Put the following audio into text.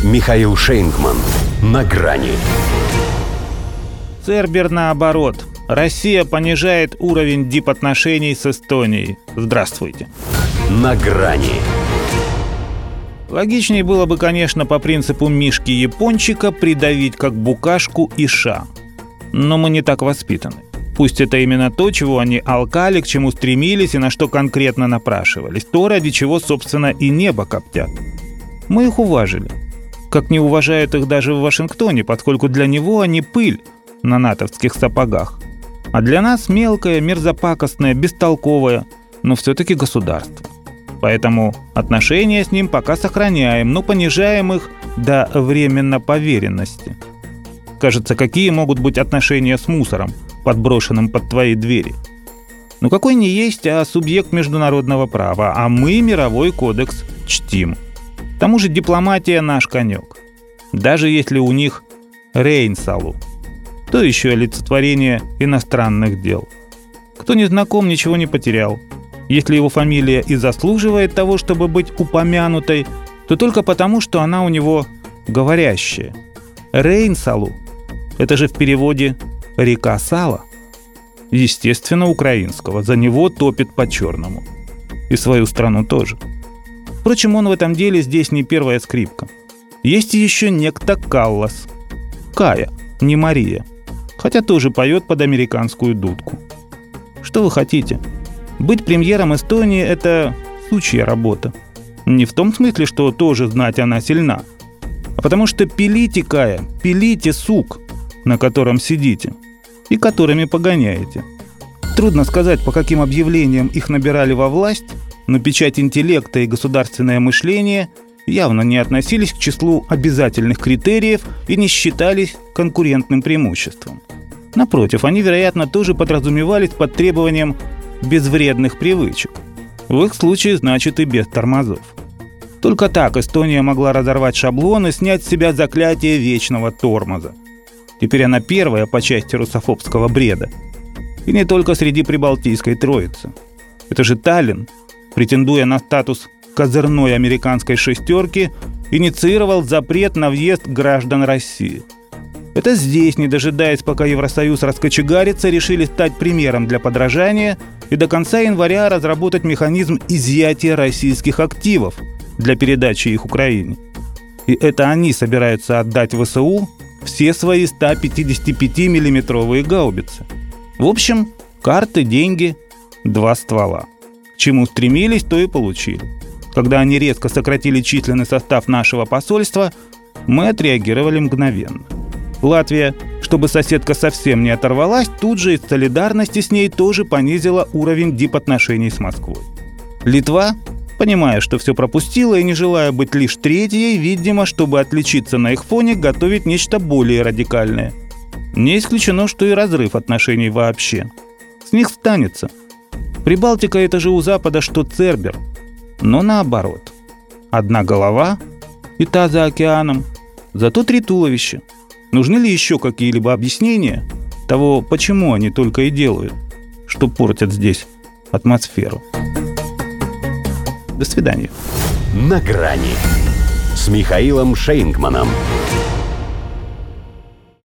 Михаил Шейнгман. На грани. Цербер наоборот. Россия понижает уровень дипотношений с Эстонией. Здравствуйте. На грани. Логичнее было бы, конечно, по принципу Мишки-Япончика придавить как букашку Иша. Но мы не так воспитаны. Пусть это именно то, чего они алкали, к чему стремились и на что конкретно напрашивались. То, ради чего, собственно, и небо коптят. Мы их уважили. Как не уважают их даже в Вашингтоне, поскольку для него они пыль на натовских сапогах. А для нас мелкое, мерзопакостное, бестолковое, но все-таки государство. Поэтому отношения с ним пока сохраняем, но понижаем их до временно поверенности. Кажется, какие могут быть отношения с мусором, подброшенным под твои двери? Ну какой не есть, а субъект международного права, а мы мировой кодекс чтим. К тому же дипломатия наш конек. Даже если у них Рейнсалу, то еще олицетворение иностранных дел. Кто не знаком, ничего не потерял. Если его фамилия и заслуживает того, чтобы быть упомянутой, то только потому, что она у него говорящая. Рейнсалу – это же в переводе «река сала». Естественно, украинского. За него топит по-черному. И свою страну тоже. Впрочем, он в этом деле здесь не первая скрипка. Есть еще некто Каллас. Кая, не Мария. Хотя тоже поет под американскую дудку. Что вы хотите? Быть премьером Эстонии – это сучья работа. Не в том смысле, что тоже знать она сильна, а потому что пилите, Кая, пилите сук, на котором сидите и которыми погоняете. Трудно сказать, по каким объявлениям их набирали во власть, но печать интеллекта и государственное мышление явно не относились к числу обязательных критериев и не считались конкурентным преимуществом. Напротив, они, вероятно, тоже подразумевались под требованием безвредных привычек. В их случае, значит, и без тормозов. Только так Эстония могла разорвать шаблон и снять с себя заклятие вечного тормоза. Теперь она первая по части русофобского бреда. И не только среди прибалтийской троицы. Это же Таллин, претендуя на статус козырной американской шестерки, инициировал запрет на въезд граждан России. Это здесь, не дожидаясь, пока Евросоюз раскочегарится, решили стать примером для подражания и до конца января разработать механизм изъятия российских активов для передачи их Украине. И это они собираются отдать ВСУ все свои 155-миллиметровые гаубицы. В общем, карты, деньги, два ствола. К чему стремились, то и получили. Когда они резко сократили численный состав нашего посольства, мы отреагировали мгновенно. Латвия, чтобы соседка совсем не оторвалась, тут же из солидарности с ней тоже понизила уровень дипотношений с Москвой. Литва, понимая, что все пропустила и не желая быть лишь третьей, видимо, чтобы отличиться на их фоне, готовит нечто более радикальное. Не исключено, что и разрыв отношений вообще. С них станется. Прибалтика – это же у Запада что Цербер, но наоборот. Одна голова и та за океаном, зато три туловища. Нужны ли еще какие-либо объяснения того, почему они только и делают, что портят здесь атмосферу? До свидания. На грани с Михаилом Шейнгманом.